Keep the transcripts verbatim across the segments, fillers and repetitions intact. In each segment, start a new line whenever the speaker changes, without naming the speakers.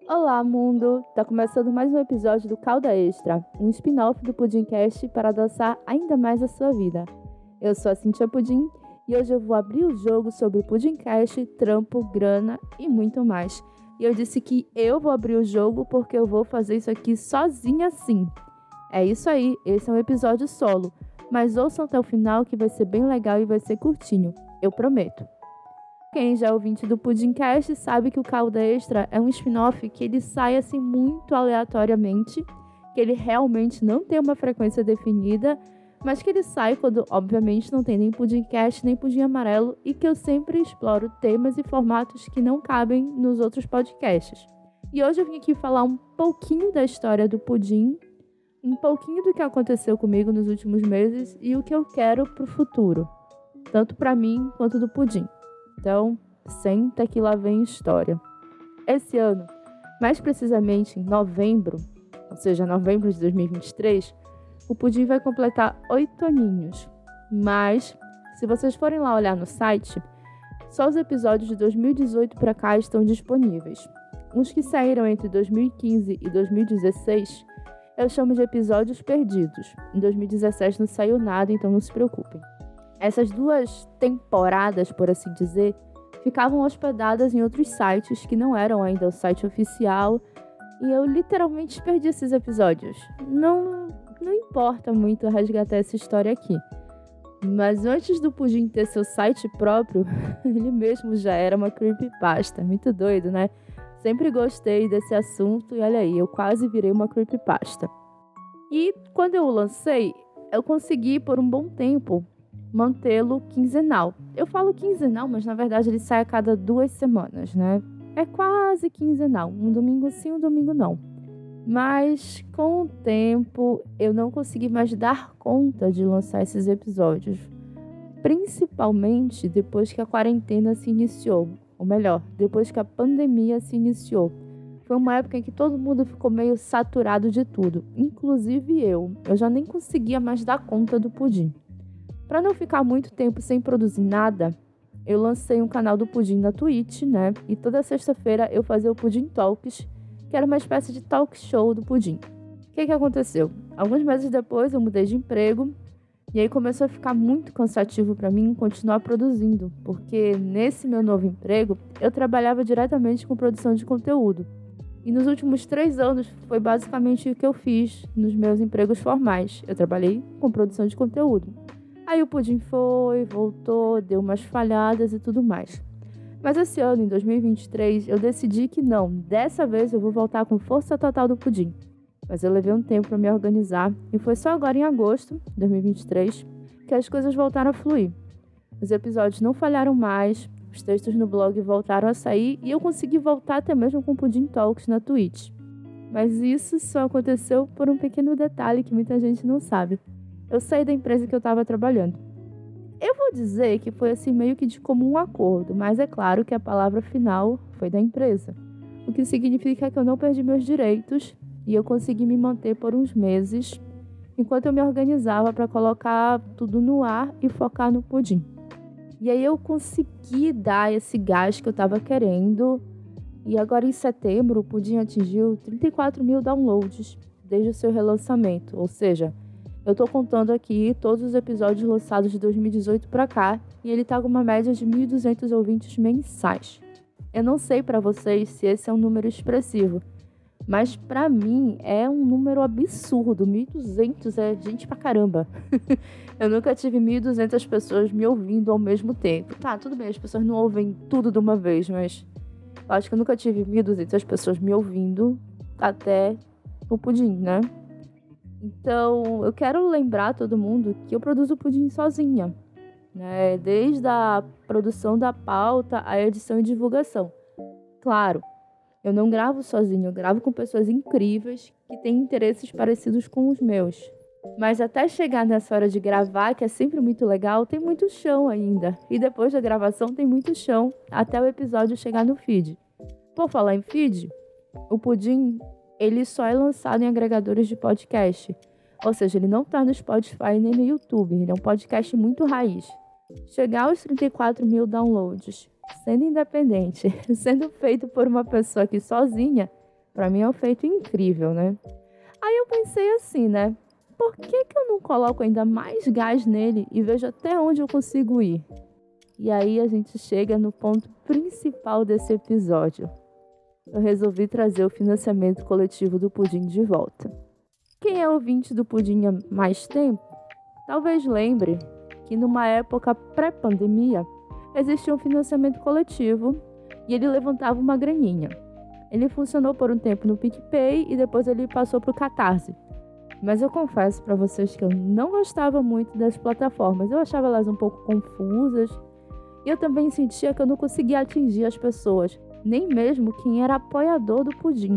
Olá, mundo! Tá começando mais um episódio do Calda Extra, um spin-off do Pudimcast para adoçar ainda mais a sua vida. Eu sou a Cintia Pudim e hoje eu vou abrir o jogo sobre o Pudimcast, trampo, grana e muito mais. E eu disse que eu vou abrir o jogo porque eu vou fazer isso aqui sozinha sim. É isso aí, esse é um episódio solo, mas ouçam até o final que vai ser bem legal e vai ser curtinho, eu prometo. Quem já é ouvinte do Pudimcast sabe que o Calda Extra é um spin-off que ele sai assim muito aleatoriamente, que ele realmente não tem uma frequência definida, mas que ele sai quando, obviamente, não tem nem Pudimcast nem Pudim Amarelo e que eu sempre exploro temas e formatos que não cabem nos outros podcasts. E hoje eu vim aqui falar um pouquinho da história do Pudim, um pouquinho do que aconteceu comigo nos últimos meses e o que eu quero pro futuro, tanto para mim quanto do Pudim. Então, senta que lá vem história. Esse ano, mais precisamente em novembro, ou seja, novembro de dois mil e vinte e três, o Pudim vai completar oito aninhos. Mas, se vocês forem lá olhar no site, só os episódios de dois mil e dezoito para cá estão disponíveis. Os que saíram entre dois mil e quinze e dois mil e dezesseis, eu chamo de episódios perdidos. Em dois mil e dezessete não saiu nada, então não se preocupem. Essas duas temporadas, por assim dizer, ficavam hospedadas em outros sites que não eram ainda o site oficial e eu literalmente perdi esses episódios. Não, não importa muito resgatar essa história aqui. Mas antes do Pudim ter seu site próprio, ele mesmo já era uma creepypasta. Muito doido, né? Sempre gostei desse assunto e olha aí, eu quase virei uma creepypasta. E quando eu o lancei, eu consegui por um bom tempo mantê-lo quinzenal. Eu falo quinzenal, mas na verdade ele sai a cada duas semanas, né? É quase quinzenal, um domingo sim, um domingo não. Mas com o tempo eu não consegui mais dar conta de lançar esses episódios. Principalmente depois que a quarentena se iniciou. Ou melhor, depois que a pandemia se iniciou. Foi uma época em que todo mundo ficou meio saturado de tudo, inclusive eu. Eu já nem conseguia mais dar conta do Pudim. Para não ficar muito tempo sem produzir nada, eu lancei um canal do Pudim na Twitch, né? E toda sexta-feira eu fazia o Pudim Talks, que era uma espécie de talk show do Pudim. O que que aconteceu? Alguns meses depois eu mudei de emprego e aí começou a ficar muito cansativo para mim continuar produzindo, porque nesse meu novo emprego eu trabalhava diretamente com produção de conteúdo. E nos últimos três anos foi basicamente o que eu fiz nos meus empregos formais. Eu trabalhei com produção de conteúdo. Aí o Pudim foi, voltou, deu umas falhadas e tudo mais. Mas esse ano, em dois mil e vinte e três, eu decidi que não, dessa vez eu vou voltar com força total do Pudim. Mas eu levei um tempo para me organizar e foi só agora em agosto de dois mil e vinte e três que as coisas voltaram a fluir. Os episódios não falharam mais, os textos no blog voltaram a sair e eu consegui voltar até mesmo com o Pudim Talks na Twitch. Mas isso só aconteceu por um pequeno detalhe que muita gente não sabe. Eu saí da empresa que eu estava trabalhando. Eu vou dizer que foi assim meio que de comum acordo, mas é claro que a palavra final foi da empresa. O que significa que eu não perdi meus direitos e eu consegui me manter por uns meses, enquanto eu me organizava para colocar tudo no ar e focar no Pudim. E aí eu consegui dar esse gás que eu estava querendo, e agora em setembro o Pudim atingiu trinta e quatro mil downloads desde o seu relançamento, ou seja, eu tô contando aqui todos os episódios lançados de dois mil e dezoito pra cá e ele tá com uma média de mil e duzentos ouvintes mensais. Eu não sei pra vocês se esse é um número expressivo, mas pra mim é um número absurdo. mil e duzentos é gente pra caramba. Eu nunca tive mil e duzentas pessoas me ouvindo ao mesmo tempo. Tá, tudo bem, as pessoas não ouvem tudo de uma vez, mas eu acho que eu nunca tive mil e duzentas pessoas me ouvindo até o Pudim, né? Então, eu quero lembrar todo mundo que eu produzo Pudim sozinha, né? Desde a produção da pauta, a edição e divulgação. Claro, eu não gravo sozinha, eu gravo com pessoas incríveis que têm interesses parecidos com os meus. Mas até chegar nessa hora de gravar, que é sempre muito legal, tem muito chão ainda. E depois da gravação tem muito chão até o episódio chegar no feed. Por falar em feed, o Pudim ele só é lançado em agregadores de podcast. Ou seja, ele não está no Spotify nem no YouTube. Ele é um podcast muito raiz. Chegar aos trinta e quatro mil downloads, sendo independente, sendo feito por uma pessoa aqui sozinha, Pra mim é um feito incrível, né? Aí eu pensei assim, né? Por que que eu não coloco ainda mais gás nele e vejo até onde eu consigo ir? E aí a gente chega no ponto principal desse episódio. Eu resolvi trazer o financiamento coletivo do Pudim de volta. Quem é ouvinte do Pudim há mais tempo, talvez lembre que numa época pré-pandemia existia um financiamento coletivo e ele levantava uma graninha. Ele funcionou por um tempo no PicPay e depois ele passou para o Catarse. Mas eu confesso para vocês que eu não gostava muito das plataformas. Eu achava elas um pouco confusas e eu também sentia que eu não conseguia atingir as pessoas, nem mesmo quem era apoiador do Pudim.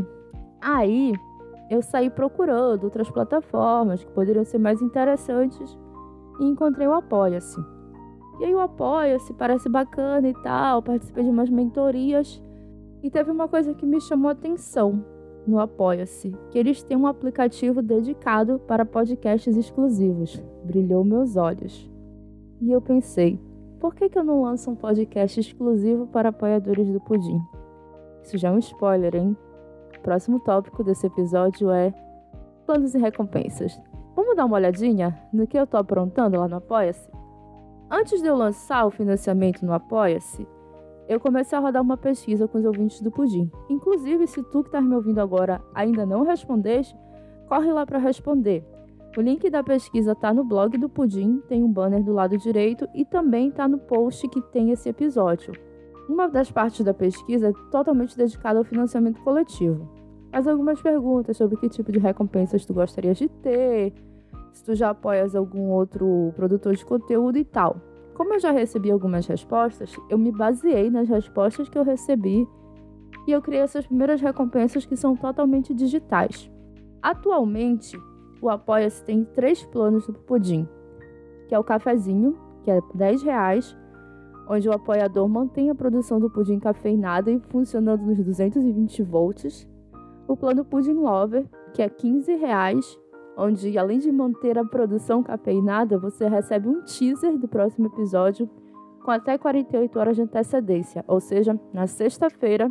Aí eu saí procurando outras plataformas que poderiam ser mais interessantes e encontrei o Apoia-se. E aí o Apoia-se parece bacana e tal, participei de umas mentorias e teve uma coisa que me chamou a atenção no Apoia-se, que eles têm um aplicativo dedicado para podcasts exclusivos. Brilhou meus olhos. E eu pensei, por que que eu não lanço um podcast exclusivo para apoiadores do Pudim? Isso já é um spoiler, hein? O próximo tópico desse episódio é planos e recompensas. Vamos dar uma olhadinha no que eu tô aprontando lá no Apoia-se? Antes de eu lançar o financiamento no Apoia-se, eu comecei a rodar uma pesquisa com os ouvintes do Pudim. Inclusive, se tu que tá me ouvindo agora ainda não respondeste, corre lá para responder. O link da pesquisa tá no blog do Pudim, tem um banner do lado direito e também tá no post que tem esse episódio. Uma das partes da pesquisa é totalmente dedicada ao financiamento coletivo. Faz algumas perguntas sobre que tipo de recompensas tu gostarias de ter, se tu já apoias algum outro produtor de conteúdo e tal. Como eu já recebi algumas respostas, eu me baseei nas respostas que eu recebi e eu criei essas primeiras recompensas que são totalmente digitais. Atualmente, o Apoia-se tem três planos do Pudim, que é o cafezinho, que é dez reais, onde o apoiador mantém a produção do pudim cafeinado e funcionando nos duzentos e vinte volts. O plano Pudim Lover, que é quinze reais, onde além de manter a produção cafeinada, você recebe um teaser do próximo episódio com até quarenta e oito horas de antecedência, ou seja, na sexta-feira,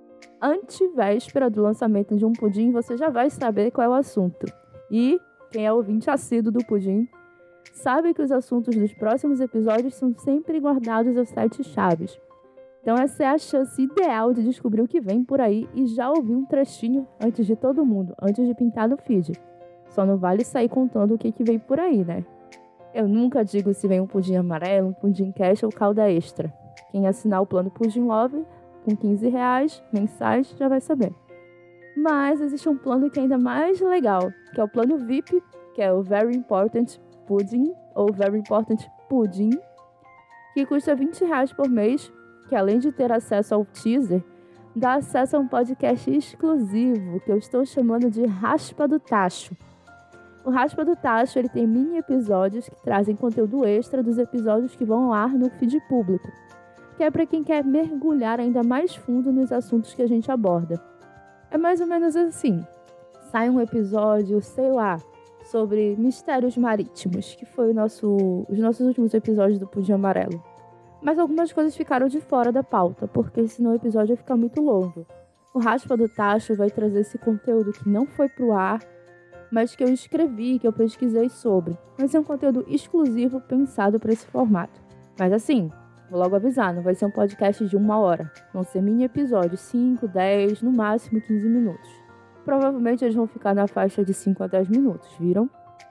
antevéspera do lançamento de um pudim, você já vai saber qual é o assunto. E quem é ouvinte assíduo do Pudim sabe que os assuntos dos próximos episódios são sempre guardados aos sete chaves. Então essa é a chance ideal de descobrir o que vem por aí e já ouvir um trechinho antes de todo mundo, antes de pintar no feed. Só não vale sair contando o que, que vem por aí, né? Eu nunca digo se vem um pudim amarelo, um pudim cash ou calda extra. Quem assinar o plano Pudim Love, com quinze reais mensais, já vai saber. Mas existe um plano que é ainda mais legal, que é o plano V I P, que é o Very Important Pudding, ou Very Important Pudim, que custa vinte reais por mês, que além de ter acesso ao teaser, dá acesso a um podcast exclusivo, que eu estou chamando de Raspa do Tacho. O Raspa do Tacho ele tem mini episódios que trazem conteúdo extra dos episódios que vão ao ar no feed público, que é para quem quer mergulhar ainda mais fundo nos assuntos que a gente aborda. É mais ou menos assim, sai um episódio, sei lá, sobre mistérios marítimos, que foi o nosso, os nossos últimos episódios do Pudim Amarelo. Mas algumas coisas ficaram de fora da pauta, porque senão o episódio ia ficar muito longo. O Raspa do Tacho vai trazer esse conteúdo que não foi pro ar, mas que eu escrevi, que eu pesquisei sobre. Mas é um conteúdo exclusivo pensado para esse formato. Mas assim, vou logo avisar, não vai ser um podcast de uma hora. Vão ser mini episódios, cinco, dez, no máximo quinze minutos. Provavelmente eles vão ficar na faixa de cinco a dez minutos, viram?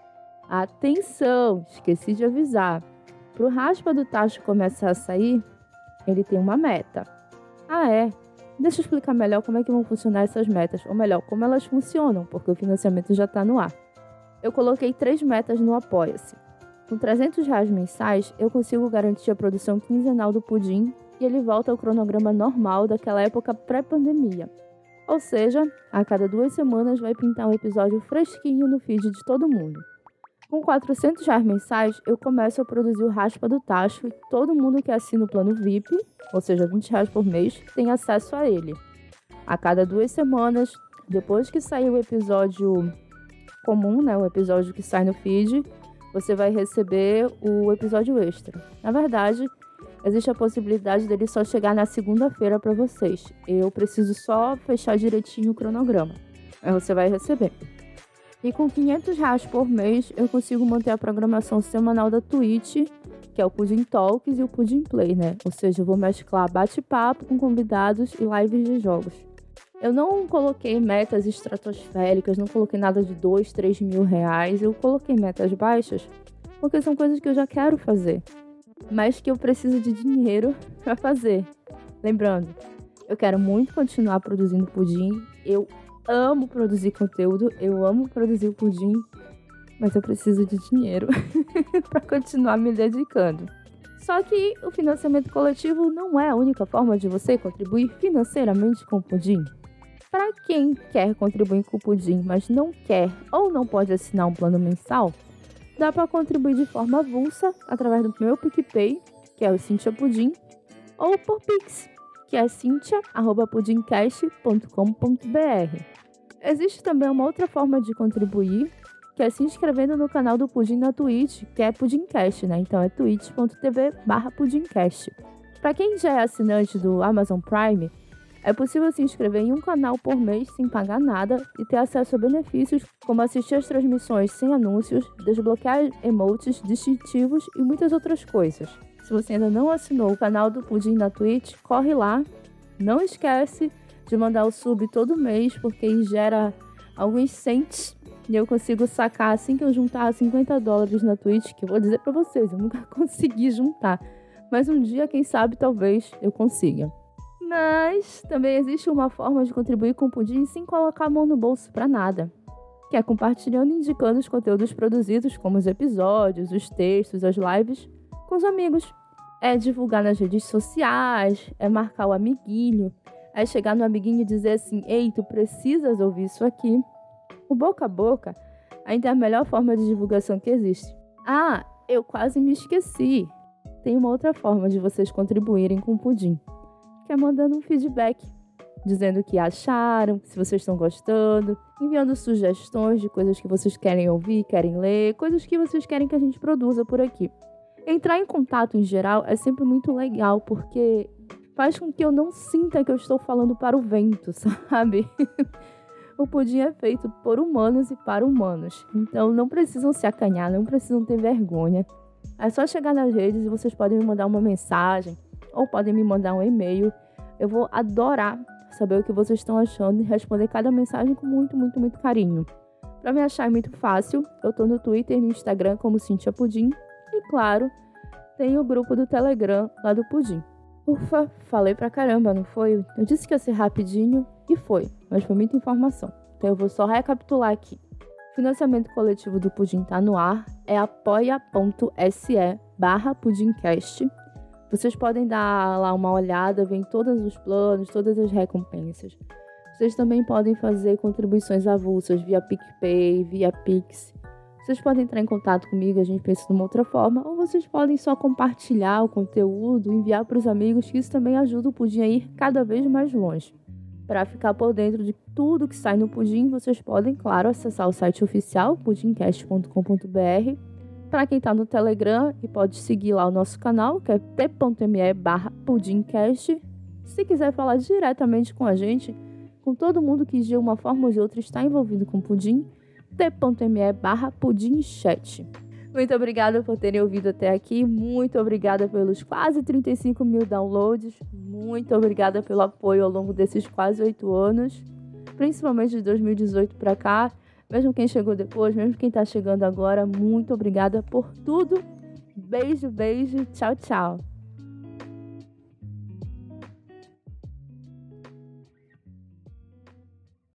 Atenção, esqueci de avisar. Pro Raspa do Tacho começar a sair, ele tem uma meta. Ah, é? Deixa eu explicar melhor como é que vão funcionar essas metas, ou melhor, como elas funcionam, porque o financiamento já está no ar. Eu coloquei três metas no Apoia-se. Com trezentos reais mensais, eu consigo garantir a produção quinzenal do pudim e ele volta ao cronograma normal daquela época pré-pandemia. Ou seja, a cada duas semanas vai pintar um episódio fresquinho no feed de todo mundo. Com quatrocentos reais mensais, eu começo a produzir o Raspa do Tacho e todo mundo que assina o plano V I P, ou seja, vinte reais por mês, tem acesso a ele. A cada duas semanas, depois que sair o episódio comum, né, o episódio que sai no feed, você vai receber o episódio extra. Na verdade, existe a possibilidade dele só chegar na segunda-feira para vocês. Eu preciso só fechar direitinho o cronograma. Aí você vai receber. E com quinhentos reais por mês, eu consigo manter a programação semanal da Twitch, que é o Pudim Talks e o Pudim Play, né? Ou seja, eu vou mesclar bate-papo com convidados e lives de jogos. Eu não coloquei metas estratosféricas, não coloquei nada de dois, três mil reais. Eu coloquei metas baixas, porque são coisas que eu já quero fazer, mas que eu preciso de dinheiro para fazer. Lembrando, eu quero muito continuar produzindo pudim. Eu amo produzir conteúdo, eu amo produzir o pudim, mas eu preciso de dinheiro para continuar me dedicando. Só que o financiamento coletivo não é a única forma de você contribuir financeiramente com o pudim. Para quem quer contribuir com o pudim, mas não quer ou não pode assinar um plano mensal, dá para contribuir de forma avulsa através do meu PicPay, que é o Cintia Pudim, ou por Pix, que é cintia arroba pudimcast ponto com ponto b r. Existe também uma outra forma de contribuir, que é se inscrevendo no canal do Pudim na Twitch, que é Pudimcast, né? Então é twitch ponto t v barra pudimcast. Para quem já é assinante do Amazon Prime, é possível se inscrever em um canal por mês sem pagar nada e ter acesso a benefícios como assistir às transmissões sem anúncios, desbloquear emotes distintivos e muitas outras coisas. Se você ainda não assinou o canal do Pudim na Twitch, corre lá. Não esquece de mandar o sub todo mês, porque aí gera alguns cents e eu consigo sacar assim que eu juntar cinquenta dólares na Twitch, que eu vou dizer pra vocês, eu nunca consegui juntar. Mas um dia, quem sabe, talvez eu consiga. Mas também existe uma forma de contribuir com o Pudim sem colocar a mão no bolso pra nada, que é compartilhando e indicando os conteúdos produzidos, como os episódios, os textos, as lives, com os amigos. É divulgar nas redes sociais, é marcar o amiguinho, é chegar no amiguinho e dizer assim: ei, tu precisas ouvir isso aqui. O boca a boca ainda é a melhor forma de divulgação que existe. Ah, eu quase me esqueci. Tem uma outra forma de vocês contribuírem com o Pudim, que é mandando um feedback, dizendo o que acharam, se vocês estão gostando, enviando sugestões de coisas que vocês querem ouvir, querem ler, coisas que vocês querem que a gente produza por aqui. Entrar em contato em geral é sempre muito legal, porque faz com que eu não sinta que eu estou falando para o vento, sabe? O pudim é feito por humanos e para humanos, então não precisam se acanhar, não precisam ter vergonha. É só chegar nas redes e vocês podem me mandar uma mensagem ou podem me mandar um e-mail. Eu vou adorar saber o que vocês estão achando e responder cada mensagem com muito, muito, muito carinho. Para me achar é muito fácil, eu tô no Twitter e no Instagram como Cintia Pudim. E claro, tem o grupo do Telegram lá do Pudim. Ufa, falei pra caramba, não foi? Eu disse que ia ser rapidinho e foi, mas foi muita informação. Então eu vou só recapitular aqui. O financiamento coletivo do Pudim tá no ar, é apoia.se barra pudimcast. Vocês podem dar lá uma olhada, ver todos os planos, todas as recompensas. Vocês também podem fazer contribuições avulsas via PicPay, via Pix. Vocês podem entrar em contato comigo, a gente pensa de uma outra forma, ou vocês podem só compartilhar o conteúdo, enviar para os amigos, que isso também ajuda o Pudim a ir cada vez mais longe. Para ficar por dentro de tudo que sai no Pudim, vocês podem, claro, acessar o site oficial, pudimcast ponto com ponto b r. Para quem está no Telegram, e pode seguir lá o nosso canal, que é t.me barra pudimcast. Se quiser falar diretamente com a gente, com todo mundo que de uma forma ou de outra está envolvido com Pudim, t.me barra pudimchat. Muito obrigada por terem ouvido até aqui. Muito obrigada pelos quase trinta e cinco mil downloads. Muito obrigada pelo apoio ao longo desses quase oito anos. Principalmente de dois mil e dezoito para cá. Mesmo quem chegou depois, mesmo quem está chegando agora. Muito obrigada por tudo. Beijo, beijo. Tchau, tchau.